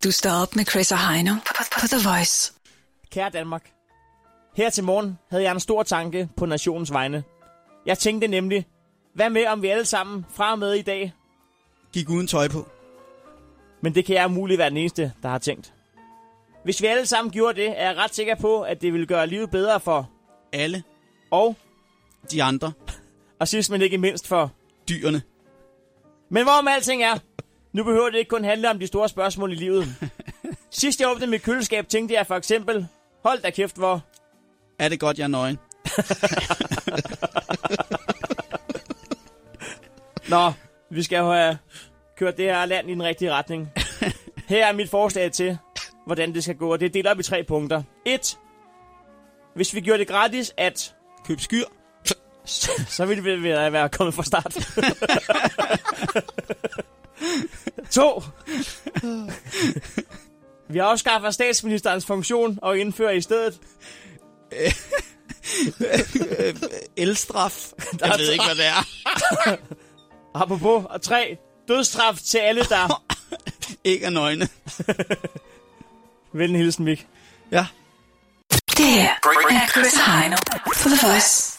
Du står op med Chris og Heino på The Voice. Kære Danmark, her til morgen havde jeg en stor tanke på nationens vegne. Jeg tænkte nemlig, hvad med om vi alle sammen fra og med i dag gik uden tøj på? Men det kan jeg muligt være den eneste, der har tænkt. Hvis vi alle sammen gjorde det, er jeg ret sikker på, at det ville gøre livet bedre for alle og de andre. Og sidst men ikke mindst for dyrene. Men hvorom alting er, nu behøver det ikke kun handle om de store spørgsmål i livet. Sidst jeg åbnede mit køleskab, tænkte jeg for eksempel, hold da kæft, hvor er det godt, jeg er nøgen. Nå, vi skal jo have kørt det her land i den rigtige retning. Her er mit forslag til, hvordan det skal gå, og det er delt op i 3 punkter. 1. Hvis vi gjorde det gratis at købe skyr, så ville vi være kommet fra start. 2. Vi afskaffer statsministerens funktion og indfører i stedet elstraf. Jeg ved ikke, hvad det er. Apropos. Og 3. Dødsstraf til alle, der ikke er nøgne. Vel en hilsen, Mik. Ja. Det her er Chris og Heino på The Voice.